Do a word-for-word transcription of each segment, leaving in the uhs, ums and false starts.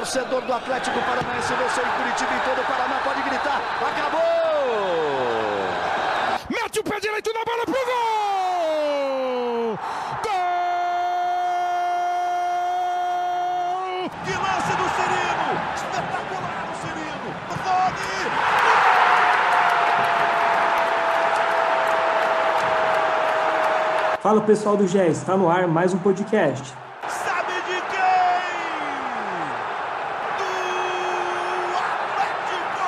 torcedor do Atlético Paranaense, você em Curitiba e todo o Paraná pode gritar, acabou! Mete o pé direito na bola pro gol! Gol! Que lance do Cirino! Espetacular o Cirino! Rony! Fala pessoal do G E, está no ar mais um podcast. Sabe de quem? Do Atlético!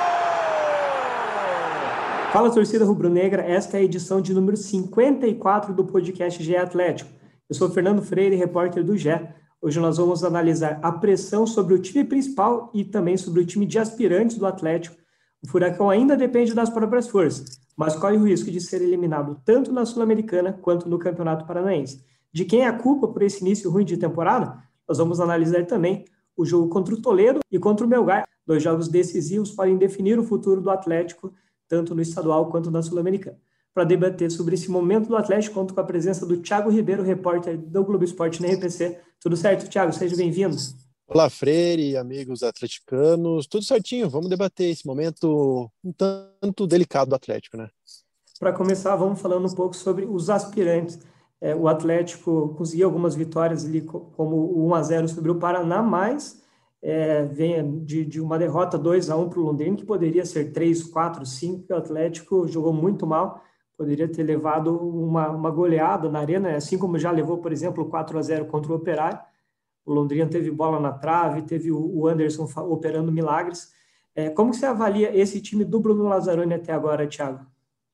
Fala torcida rubro-negra, esta é a edição de número cinquenta e quatro do podcast G E Atlético. Eu sou Fernando Freire, repórter do G E. Hoje nós vamos analisar a pressão sobre o time principal e também sobre o time de aspirantes do Atlético. O Furacão ainda depende das próprias forças, mas corre o risco de ser eliminado tanto na Sul-Americana quanto no Campeonato Paranaense. De quem é a culpa por esse início ruim de temporada? Nós vamos analisar também o jogo contra o Toledo e contra o Melgar. Dois jogos decisivos podem definir o futuro do Atlético, tanto no estadual quanto na Sul-Americana. Para debater sobre esse momento do Atlético, conto com a presença do Thiago Ribeiro, repórter do Globo Esporte na R P C. Tudo certo, Thiago? Seja bem-vindo. Olá, Freire, amigos atleticanos, tudo certinho, vamos debater esse momento um tanto delicado do Atlético, né? Para começar, vamos falando um pouco sobre os aspirantes. É, o Atlético conseguiu algumas vitórias ali, como o um a zero sobre o Paraná, mas é, vem de, de uma derrota dois a um para o Londrina, que poderia ser três, quatro, cinco, o Atlético jogou muito mal, poderia ter levado uma, uma goleada na arena, assim como já levou, por exemplo, quatro a zero contra o Operário. O Londrina teve bola na trave, teve o Anderson operando milagres. É, como que você avalia esse time do Bruno Lazzaroni até agora, Thiago?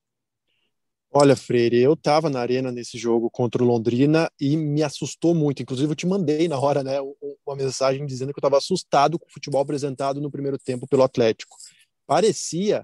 Olha, Freire, eu estava na arena nesse jogo contra o Londrina e me assustou muito. Inclusive, eu te mandei na hora, né, uma mensagem dizendo que eu estava assustado com o futebol apresentado no primeiro tempo pelo Atlético. Parecia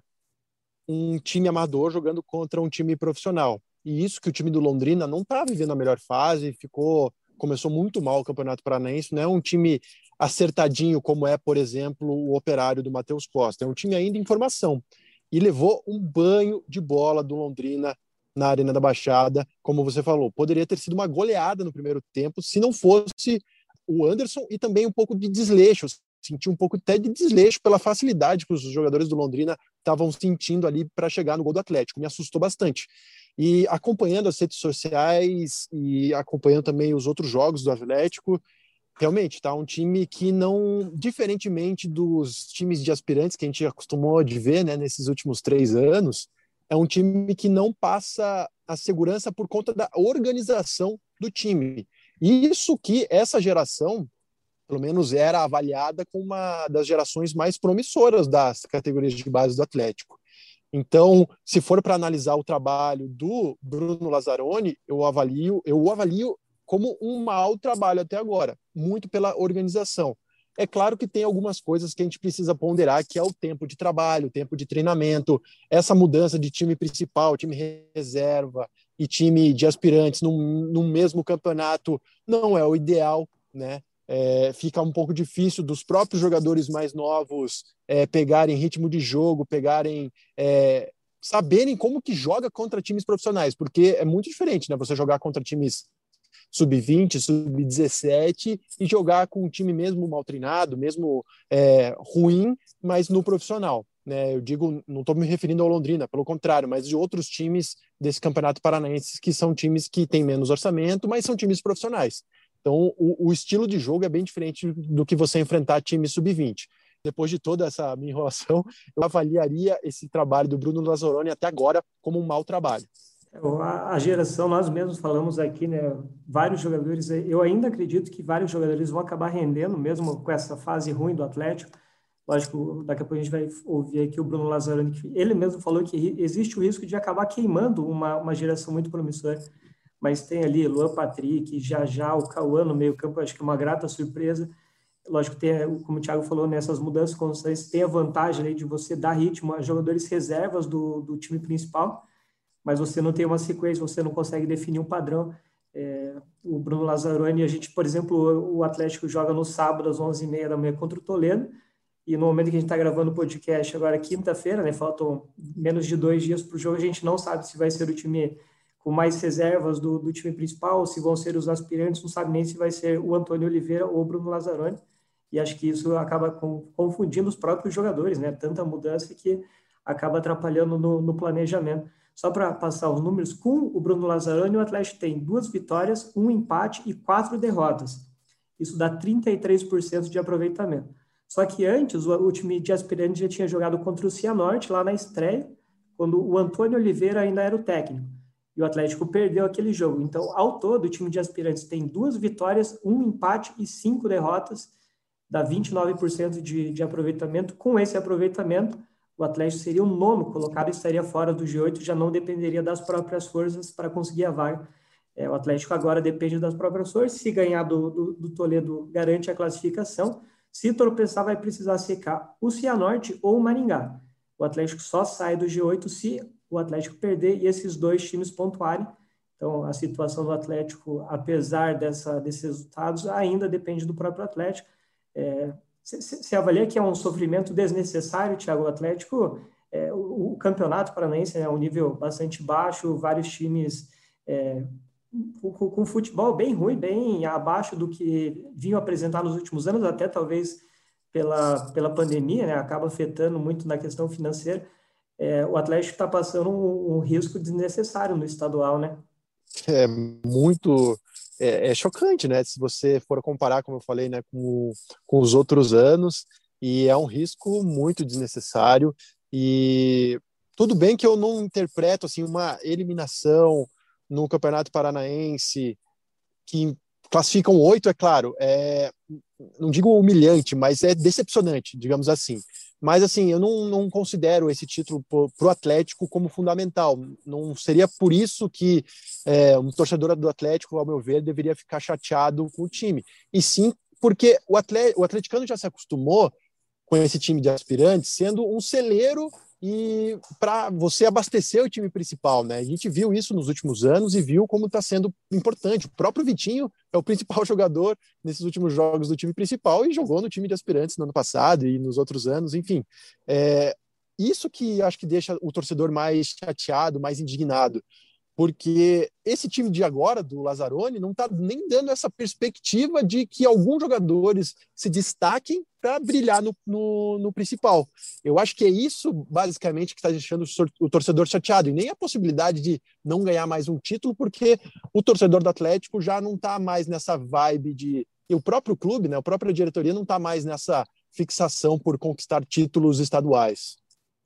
um time amador jogando contra um time profissional. E isso que o time do Londrina não está vivendo a melhor fase, ficou... começou muito mal o Campeonato Paranaense, não é um time acertadinho como é, por exemplo, o Operário do Matheus Costa, é um time ainda em formação, e levou um banho de bola do Londrina na Arena da Baixada, como você falou, poderia ter sido uma goleada no primeiro tempo, se não fosse o Anderson e também um pouco de desleixo, senti um pouco até de desleixo pela facilidade que os jogadores do Londrina estavam sentindo ali para chegar no gol do Atlético, me assustou bastante. E acompanhando as redes sociais e acompanhando também os outros jogos do Atlético, realmente tá um time que não, diferentemente dos times de aspirantes que a gente acostumou de ver, né, nesses últimos três anos, é um time que não passa a segurança por conta da organização do time. E isso que essa geração, pelo menos, era avaliada como uma das gerações mais promissoras das categorias de base do Atlético. Então, se for para analisar o trabalho do Bruno Lazzaroni, eu avalio, eu o avalio como um mau trabalho até agora, muito pela organização. É claro que tem algumas coisas que a gente precisa ponderar, que é o tempo de trabalho, o tempo de treinamento, essa mudança de time principal, time reserva e time de aspirantes num, num mesmo campeonato não é o ideal, né? É, fica um pouco difícil dos próprios jogadores mais novos é, pegarem ritmo de jogo, pegarem, é, saberem como que joga contra times profissionais, porque é muito diferente, né? Você jogar contra times sub vinte, sub dezessete e jogar com um time mesmo mal treinado, mesmo é, ruim, mas no profissional, né? Eu digo, não estou me referindo ao Londrina, pelo contrário, mas de outros times desse Campeonato Paranaense que são times que têm menos orçamento, mas são times profissionais. Então, o, o estilo de jogo é bem diferente do que você enfrentar time sub vinte. Depois de toda essa minha enrolação, eu avaliaria esse trabalho do Bruno Lazzaroni até agora como um mau trabalho. A, a geração, nós mesmos falamos aqui, né? Vários jogadores, eu ainda acredito que vários jogadores vão acabar rendendo, mesmo com essa fase ruim do Atlético. Lógico, daqui a pouco a gente vai ouvir aqui o Bruno Lazzaroni, que ele mesmo falou que existe o risco de acabar queimando uma, uma geração muito promissora. Mas tem ali Luan Patrick, já já o Cauã no meio campo, acho que é uma grata surpresa. Lógico, tem, como o Thiago falou, nessas mudanças constantes, tem a vantagem ali de você dar ritmo a jogadores reservas do, do time principal, mas você não tem uma sequência, você não consegue definir um padrão. É, o Bruno Lazzaroni, a gente, por exemplo, o Atlético joga no sábado às onze e meia da manhã contra o Toledo, e no momento que a gente está gravando o podcast, agora quinta-feira, né, faltam menos de dois dias para o jogo, a gente não sabe se vai ser o time com mais reservas do, do time principal, se vão ser os aspirantes, não sabe nem se vai ser o Antônio Oliveira ou o Bruno Lazzaroni. e acho que isso acaba com, confundindo os próprios jogadores, né? Tanta mudança que acaba atrapalhando no, no planejamento. Só para passar os números, com o Bruno Lazzaroni, o Atlético tem duas vitórias, um empate e quatro derrotas. Isso dá trinta e três por cento de aproveitamento. Só que antes, o, o time de aspirantes já tinha jogado contra o Cianorte, lá na estreia, quando o Antônio Oliveira ainda era o técnico. E o Atlético perdeu aquele jogo. Então, ao todo, o time de aspirantes tem duas vitórias, um empate e cinco derrotas, dá vinte e nove por cento de, de aproveitamento. Com esse aproveitamento, o Atlético seria o nono colocado e estaria fora do G oito, já não dependeria das próprias forças para conseguir a vaga. É, o Atlético agora depende das próprias forças. Se ganhar do, do, do Toledo, garante a classificação. Se tropeçar, vai precisar secar o Cianorte ou o Maringá. O Atlético só sai do G oito se o Atlético perder e esses dois times pontuarem. Então, a situação do Atlético, apesar dessa, desses resultados, ainda depende do próprio Atlético. É, Você avalia que é um sofrimento desnecessário, Thiago? O Atlético, é, o, o campeonato paranaense é um nível bastante baixo, vários times é, com, com futebol bem ruim, bem abaixo do que vinham apresentar nos últimos anos, até talvez pela, pela pandemia, né, acaba afetando muito na questão financeira. É, o Atlético está passando um, um risco desnecessário no estadual, né? É muito... É, é chocante, né? Se você for comparar, como eu falei, né, com, com os outros anos, e é um risco muito desnecessário. E tudo bem que eu não interpreto assim uma eliminação no Campeonato Paranaense que classificam oito, é claro, é, não digo humilhante, mas é decepcionante, digamos assim. Mas assim, eu não, não considero esse título para o Atlético como fundamental. Não seria por isso que é, um torcedor do Atlético, ao meu ver, deveria ficar chateado com o time. E sim porque o, atlet, o atleticano já se acostumou com esse time de aspirantes sendo um celeiro e para você abastecer o time principal, né? A gente viu isso nos últimos anos e viu como está sendo importante. O próprio Vitinho é o principal jogador nesses últimos jogos do time principal e jogou no time de aspirantes no ano passado e nos outros anos, enfim. É, isso que acho que deixa o torcedor mais chateado, mais indignado, porque esse time de agora, do Lazzaroni, não está nem dando essa perspectiva de que alguns jogadores se destaquem para brilhar no, no, no principal. Eu acho que é isso, basicamente, que está deixando o torcedor chateado, e nem a possibilidade de não ganhar mais um título, porque o torcedor do Atlético já não está mais nessa vibe de... E o próprio clube, né, a própria diretoria não está mais nessa fixação por conquistar títulos estaduais.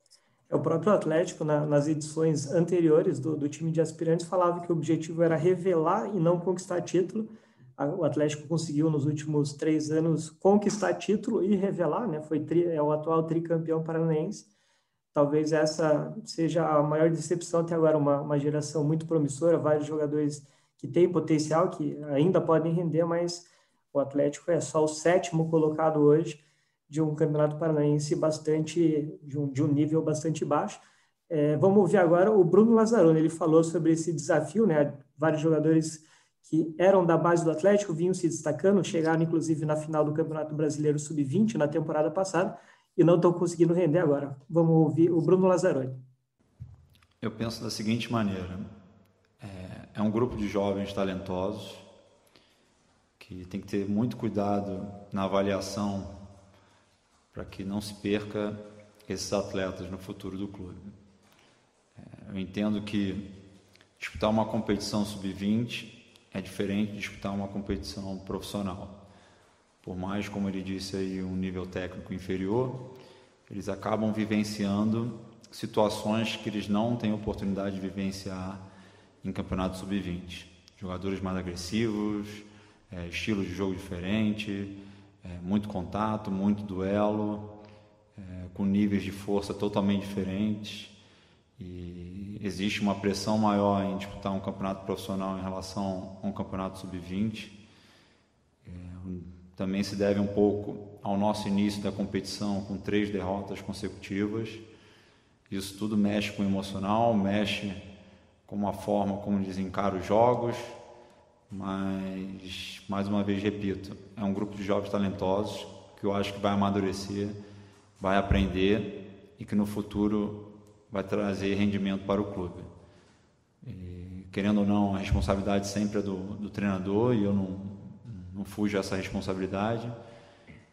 O próprio Atlético, na, nas edições anteriores do, do time de aspirantes, falava que o objetivo era revelar e não conquistar título. O Atlético conseguiu, nos últimos três anos, conquistar título e revelar, né? Foi tri, é o atual tricampeão paranaense. Talvez essa seja a maior decepção até agora, uma, uma geração muito promissora, vários jogadores que têm potencial, que ainda podem render, mas o Atlético é só o sétimo colocado hoje, de um campeonato paranaense bastante, de um, de um nível bastante baixo. É, vamos ouvir agora o Bruno Lazzaroni. Ele falou sobre esse desafio, né? Vários jogadores que eram da base do Atlético vinham se destacando, chegaram inclusive na final do Campeonato Brasileiro sub vinte na temporada passada e não estão conseguindo render agora. Vamos ouvir o Bruno Lazzaroni. Eu penso da seguinte maneira: é, é um grupo de jovens talentosos que tem que ter muito cuidado na avaliação para que não se perca esses atletas no futuro do clube. Eu entendo que disputar uma competição sub vinte é diferente de disputar uma competição profissional. Por mais, como ele disse, aí, um nível técnico inferior, eles acabam vivenciando situações que eles não têm oportunidade de vivenciar em campeonato sub vinte. Jogadores mais agressivos, é, estilo de jogo diferente, É, muito contato, muito duelo, é, com níveis de força totalmente diferentes, e existe uma pressão maior em disputar um campeonato profissional em relação a um campeonato sub vinte. É, também se deve um pouco ao nosso início da competição com três derrotas consecutivas. Isso tudo mexe com o emocional, mexe com a forma como eles encaram os jogos. Mas, mais uma vez, repito, é um grupo de jovens talentosos que eu acho que vai amadurecer, vai aprender e que no futuro vai trazer rendimento para o clube. E, querendo ou não, a responsabilidade sempre é do, do treinador, e eu não, não fujo a essa responsabilidade.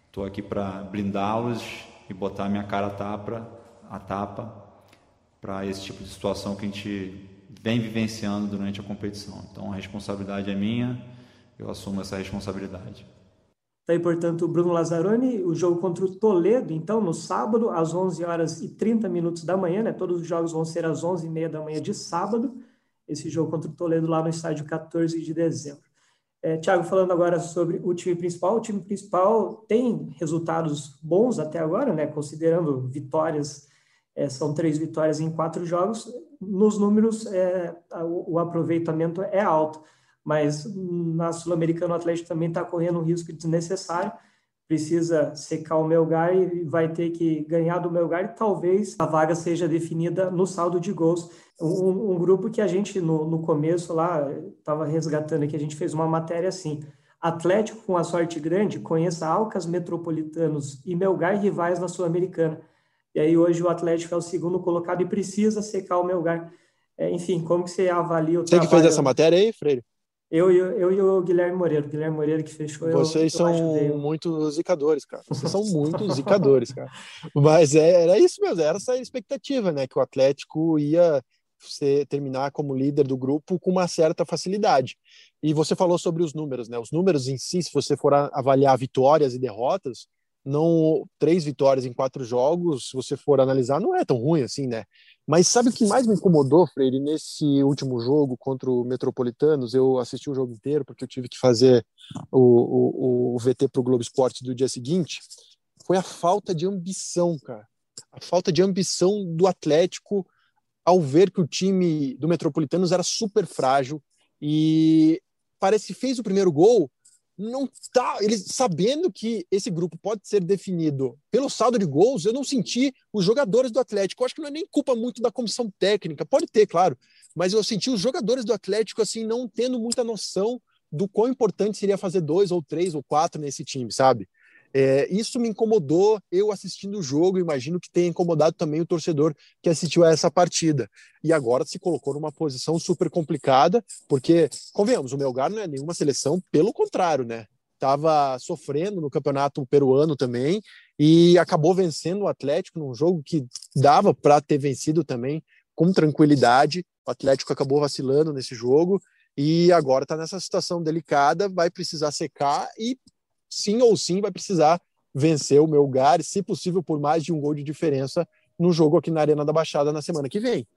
Estou aqui para blindá-los e botar a minha cara a tapa, a tapa para esse tipo de situação que a gente vem vivenciando durante a competição. Então a responsabilidade é minha, eu assumo essa responsabilidade. Tá aí, portanto, o Bruno Lazzaroni, o jogo contra o Toledo, então, no sábado, às onze horas e trinta minutos da manhã, né? Todos os jogos vão ser às onze e meia da manhã de sábado, esse jogo contra o Toledo lá no estádio quatorze de dezembro. É, Thiago, falando agora sobre o time principal, o time principal tem resultados bons até agora, né? Considerando vitórias, é, são três vitórias em quatro jogos, nos números é, o, o aproveitamento é alto, mas na Sul-Americana o Atlético também está correndo um risco desnecessário, precisa secar o Melgar e vai ter que ganhar do Melgar e talvez a vaga seja definida no saldo de gols. Um, um grupo que a gente, no, no começo lá, estava resgatando aqui, a gente fez uma matéria assim, Atlético com a sorte grande, conheça Alcas, Metropolitanos e Melgar rivais na Sul-Americana. E aí hoje o Atlético é o segundo colocado e precisa secar o Melgar. É, enfim, como que você avalia o Você trabalho? que fez essa matéria aí, Freire? Eu, eu, eu e o Guilherme Moreira. Guilherme Moreira que fechou. Vocês eu, eu são ajudei. muito zicadores, cara. Vocês são muito zicadores, cara. Mas é, era isso mesmo, era essa expectativa, né? Que o Atlético ia ser, terminar como líder do grupo com uma certa facilidade. E você falou sobre os números, né? Os números em si, se você for avaliar vitórias e derrotas, não três vitórias em quatro jogos, se você for analisar, não é tão ruim assim, né? Mas sabe o que mais me incomodou, Freire, nesse último jogo contra o Metropolitanos? Eu assisti o jogo inteiro porque eu tive que fazer o, o, o V T para o Globo Esporte do dia seguinte. Foi a falta de ambição, cara. A falta de ambição do Atlético ao ver que o time do Metropolitanos era super frágil e parece que fez o primeiro gol, não tá, eles sabendo que esse grupo pode ser definido pelo saldo de gols, eu não senti os jogadores do Atlético, eu acho que não é nem culpa muito da comissão técnica, pode ter, claro, mas eu senti os jogadores do Atlético assim não tendo muita noção do quão importante seria fazer dois ou três ou quatro nesse time, sabe? É, isso me incomodou eu assistindo o jogo, imagino que tenha incomodado também o torcedor que assistiu a essa partida. E agora se colocou numa posição super complicada, porque, convenhamos, o Melgar não é nenhuma seleção, pelo contrário, né? Estava sofrendo no campeonato peruano também e acabou vencendo o Atlético num jogo que dava para ter vencido também com tranquilidade. O Atlético acabou vacilando nesse jogo e agora está nessa situação delicada, vai precisar secar e sim ou sim vai precisar vencer o Melgar, se possível por mais de um gol de diferença no jogo aqui na Arena da Baixada na semana que vem.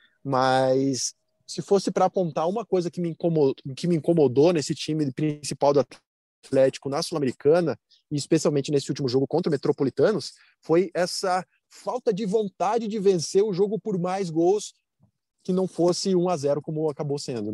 Mas se fosse para apontar uma coisa que me incomodou, que me incomodou nesse time principal do Atlético na Sul-Americana, e especialmente nesse último jogo contra o Metropolitanos, foi essa falta de vontade de vencer o jogo por mais gols que não fosse um a zero como acabou sendo, né?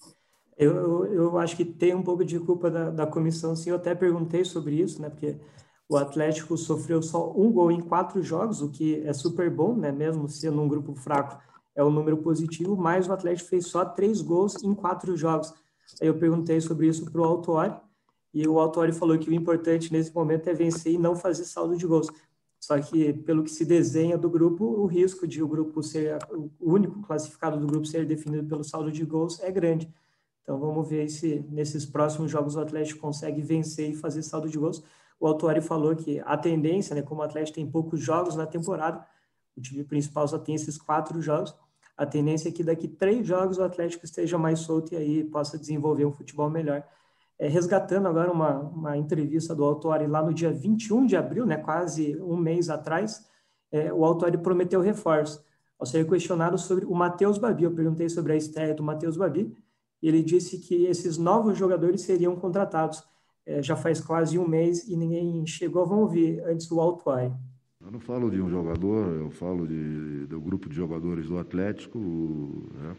Eu, eu, eu acho que tem um pouco de culpa da, da comissão, sim. Eu até perguntei sobre isso, né? Porque o Atlético sofreu só um gol em quatro jogos, o que é super bom, né? Mesmo sendo um grupo fraco, é um número positivo, mas o Atlético fez só três gols em quatro jogos. Aí eu perguntei sobre isso para o Autuori, e o Autuori falou que o importante nesse momento é vencer e não fazer saldo de gols. Só que, pelo que se desenha do grupo, o risco de o grupo ser o único classificado do grupo ser definido pelo saldo de gols é grande. Então vamos ver se nesses próximos jogos o Atlético consegue vencer e fazer saldo de gols. O Autuori falou que a tendência, né, como o Atlético tem poucos jogos na temporada, o time principal só tem esses quatro jogos, a tendência é que daqui três jogos o Atlético esteja mais solto e aí possa desenvolver um futebol melhor. É, resgatando agora uma, uma entrevista do Autuori lá no dia vinte e um de abril, né, quase um mês atrás, é, o Autuori prometeu reforço. Ao ser questionado sobre o Matheus Babi, eu perguntei sobre a estreia do Matheus Babi, e ele disse que esses novos jogadores seriam contratados. É, já faz quase um mês e ninguém chegou. Vamos ouvir antes do Autuori. Eu não falo de um jogador, eu falo de, do grupo de jogadores do Atlético, né?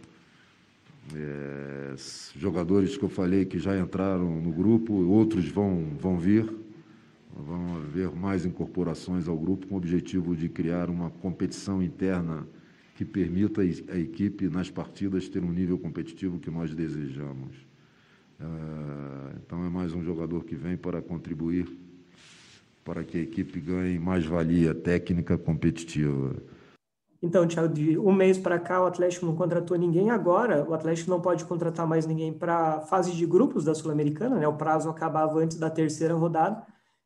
É, jogadores que eu falei que já entraram no grupo, outros vão, vão vir, vão haver mais incorporações ao grupo com o objetivo de criar uma competição interna que permita a equipe nas partidas ter um nível competitivo que nós desejamos. Então é mais um jogador que vem para contribuir para que a equipe ganhe mais valia técnica competitiva. Então, Thiago, de um mês para cá o Atlético não contratou ninguém. Agora o Atlético não pode contratar mais ninguém para a fase de grupos da Sul-Americana, né? O prazo acabava antes da terceira rodada.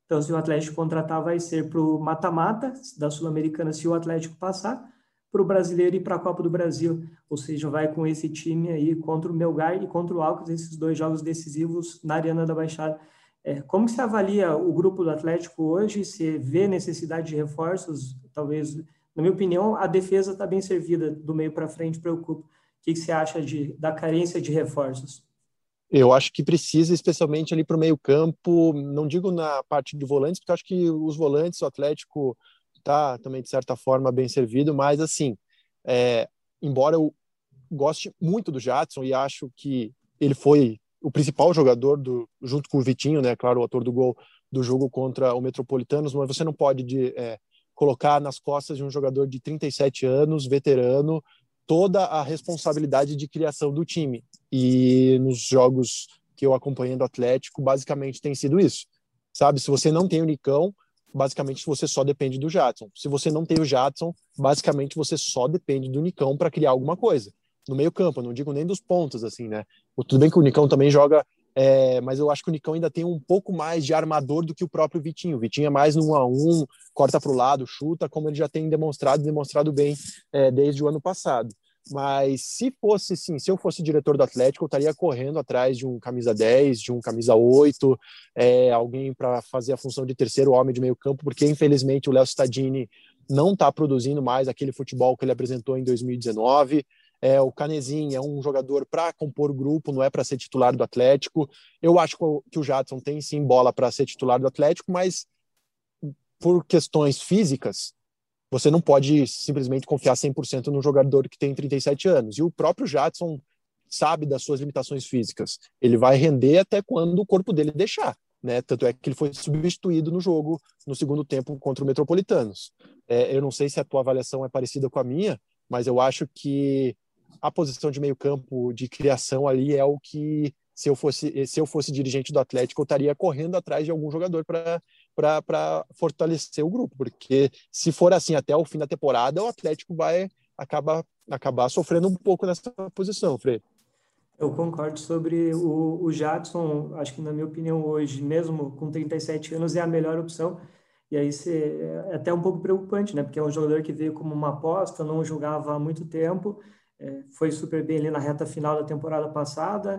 Então, se o Atlético contratar, vai ser para o mata-mata da Sul-Americana, se o Atlético passar, para o Brasileiro e para a Copa do Brasil. Ou seja, vai com esse time aí contra o Melgar e contra o Alcas, esses dois jogos decisivos na Arena da Baixada. É, como que se avalia o grupo do Atlético hoje? Se vê necessidade de reforços? Talvez, na minha opinião, a defesa está bem servida, do meio para frente preocupa. O que, que você acha de, da carência de reforços? Eu acho que precisa, especialmente ali para o meio-campo, não digo na parte de volantes, porque eu acho que os volantes, o Atlético está também, de certa forma, bem servido, mas, assim, é, embora eu goste muito do Jadson e acho que ele foi o principal jogador, do, junto com o Vitinho, né, claro, o autor do gol do jogo contra o Metropolitanos, mas você não pode de, é, colocar nas costas de um jogador de trinta e sete anos, veterano, toda a responsabilidade de criação do time. E nos jogos que eu acompanhei do Atlético, basicamente tem sido isso. Sabe, se você não tem o Nicão, basicamente você só depende do Jadson. Se você não tem o Jadson, basicamente você só depende do Nicão para criar alguma coisa. No meio campo, não digo nem dos pontos, assim, né? Tudo bem que o Nicão também joga, é, mas eu acho que o Nicão ainda tem um pouco mais de armador do que o próprio Vitinho. O Vitinho é mais no um a um, corta para o lado, chuta, como ele já tem demonstrado, demonstrado bem é, desde o ano passado. Mas se fosse, sim, se eu fosse diretor do Atlético, eu estaria correndo atrás de um camisa dez, de um camisa oito, é, alguém para fazer a função de terceiro homem de meio campo, porque infelizmente o Léo Cittadini não está produzindo mais aquele futebol que ele apresentou em dois mil e dezenove. É, o Canezinho é um jogador para compor o grupo, não é para ser titular do Atlético. Eu acho que o Jadson tem sim bola para ser titular do Atlético, mas por questões físicas, você não pode simplesmente confiar cem por cento num jogador que tem trinta e sete anos. E o próprio Jadson sabe das suas limitações físicas. Ele vai render até quando o corpo dele deixar, né? Tanto é que ele foi substituído no jogo, no segundo tempo, contra o Metropolitanos. É, eu não sei se a tua avaliação é parecida com a minha, mas eu acho que a posição de meio campo, de criação ali, é o que, se eu fosse, se eu fosse dirigente do Atlético, eu estaria correndo atrás de algum jogador para para fortalecer o grupo, porque se for assim até o fim da temporada, o Atlético vai acabar, acabar sofrendo um pouco nessa posição, Frei. Eu concordo sobre o, o Jadson, acho que na minha opinião hoje, mesmo com trinta e sete anos, é a melhor opção, e aí cê, é até um pouco preocupante, né, porque é um jogador que veio como uma aposta, não jogava há muito tempo, é, foi super bem ali na reta final da temporada passada,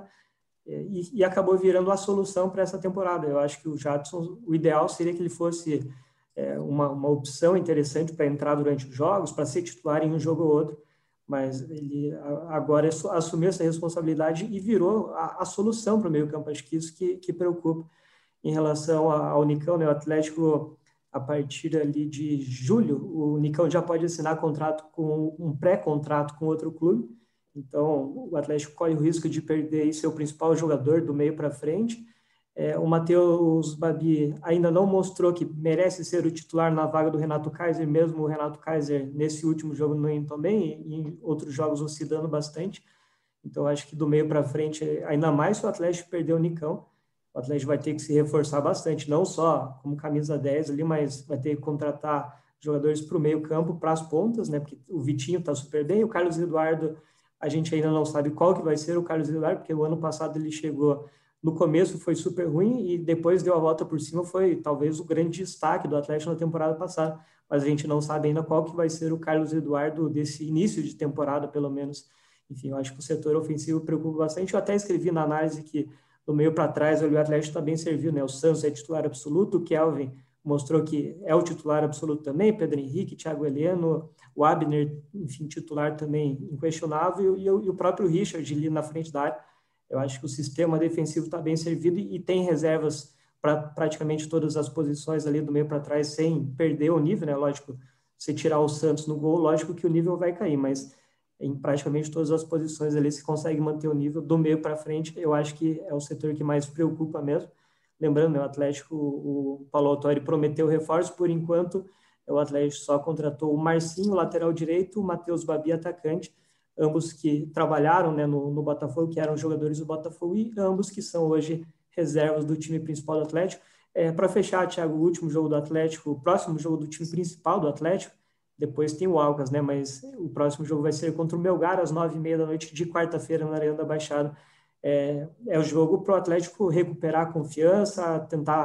E, e acabou virando a solução para essa temporada. Eu acho que o Jadson, o ideal seria que ele fosse é, uma, uma opção interessante para entrar durante os jogos, para ser titular em um jogo ou outro, mas ele agora assumiu essa responsabilidade e virou a, a solução para o meio campo. Acho que isso que, que preocupa. Em relação ao Nicão, né, o Atlético, a partir ali de julho, o Nicão já pode assinar contrato com um pré-contrato com outro clube. Então, o Atlético corre o risco de perder aí seu principal jogador do meio para frente. É, o Matheus Babi ainda não mostrou que merece ser o titular na vaga do Renato Kaiser, mesmo o Renato Kaiser nesse último jogo não indo tão bem, e em outros jogos oscilando bastante. Então, acho que do meio para frente, ainda mais se o Atlético perder o Nicão, o Atlético vai ter que se reforçar bastante, não só como camisa dez ali, mas vai ter que contratar jogadores para o meio campo, para as pontas, né? Porque o Vitinho está super bem, o Carlos Eduardo, a gente ainda não sabe qual que vai ser o Carlos Eduardo, porque o ano passado ele chegou, no começo foi super ruim e depois deu a volta por cima, foi talvez o grande destaque do Atlético na temporada passada, mas a gente não sabe ainda qual que vai ser o Carlos Eduardo desse início de temporada, pelo menos. Enfim, eu acho que o setor ofensivo preocupa bastante. Eu até escrevi na análise que do meio para trás o Atlético está bem servido, né? O Santos é titular absoluto, o Kelvin mostrou que é o titular absoluto também, Pedro Henrique, Thiago Heleno, o Abner, enfim, titular também inquestionável, e, e o próprio Richard ali na frente da área. Eu acho que o sistema defensivo está bem servido e, e tem reservas para praticamente todas as posições ali do meio para trás, sem perder o nível, né? Lógico, se tirar o Santos no gol, lógico que o nível vai cair, mas em praticamente todas as posições ali se consegue manter o nível do meio para frente. Eu acho que é o setor que mais preocupa mesmo. Lembrando, né, o Atlético, o Paulo Autori prometeu reforço, por enquanto o Atlético só contratou o Marcinho, lateral direito, o Matheus Babi, atacante, ambos que trabalharam, né, no, no Botafogo, que eram jogadores do Botafogo, e ambos que são hoje reservas do time principal do Atlético. É, para fechar, Thiago, o último jogo do Atlético, o próximo jogo do time principal do Atlético, depois tem o Alcas, né, mas o próximo jogo vai ser contra o Melgar, às nove e meia da noite de quarta-feira, na Arena da Baixada. É, é o jogo para o Atlético recuperar a confiança, tentar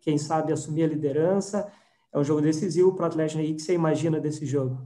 quem sabe, assumir a liderança. É um jogo decisivo para o Atlético. Aí, o que você imagina desse jogo?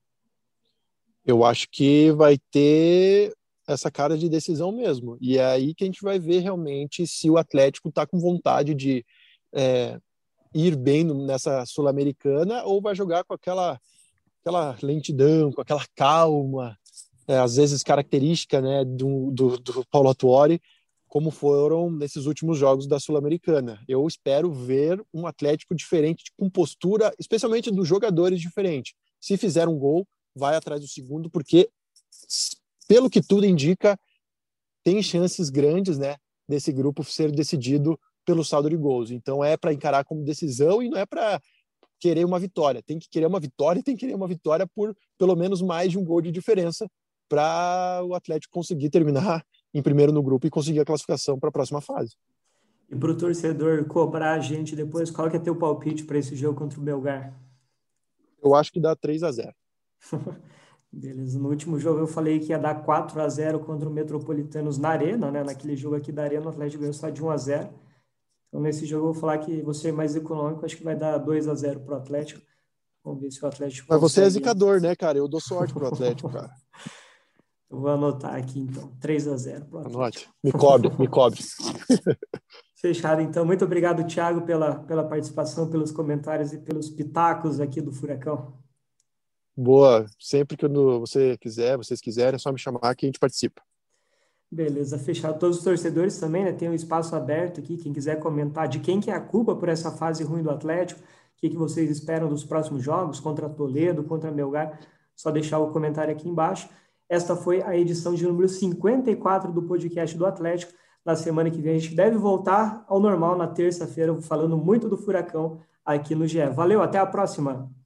Eu acho que vai ter essa cara de decisão mesmo. E é aí que a gente vai ver realmente se o Atlético está com vontade de é, ir bem nessa Sul-Americana ou vai jogar com aquela, aquela lentidão, com aquela calma, é, às vezes característica, né, do, do, do Paulo Autuori, como foram nesses últimos jogos da Sul-Americana. Eu espero ver um Atlético diferente, com postura, especialmente dos jogadores diferentes. Se fizer um gol, vai atrás do segundo, porque, pelo que tudo indica, tem chances grandes, né, desse grupo ser decidido pelo saldo de gols. Então é para encarar como decisão e não é para querer uma vitória. Tem que querer uma vitória e tem que querer uma vitória por pelo menos mais de um gol de diferença para o Atlético conseguir terminar em primeiro no grupo e conseguir a classificação para a próxima fase. E para o torcedor cobrar a gente depois, qual que é teu palpite para esse jogo contra o Melgar? Eu acho que dá três a zero. Beleza. No último jogo eu falei que ia dar quatro a zero contra o Metropolitanos na Arena, né? Naquele jogo aqui da Arena, o Atlético ganhou só de um a zero. Então, nesse jogo eu vou falar que você é mais econômico, acho que vai dar dois a zero para o Atlético. Vamos ver se o Atlético Mas você é consegue... zicador, né, cara? Eu dou sorte pro Atlético, cara. Eu vou anotar aqui, então. três a zero pro Atlético. Anote. Me cobre, me cobre. Fechado, então. Muito obrigado, Thiago, pela, pela participação, pelos comentários e pelos pitacos aqui do Furacão. Boa. Sempre que você quiser, vocês quiserem, é só me chamar que a gente participa. Beleza, fechado. Todos os torcedores também, né? Tem um espaço aberto aqui. Quem quiser comentar de quem que é a culpa por essa fase ruim do Atlético, o que, que vocês esperam dos próximos jogos, contra Toledo, contra Melgar, só deixar o comentário aqui embaixo. Esta foi a edição de número cinquenta e quatro do podcast do Atlético. Na semana que vem a gente deve voltar ao normal na terça-feira, falando muito do Furacão aqui no G E. Valeu, até a próxima!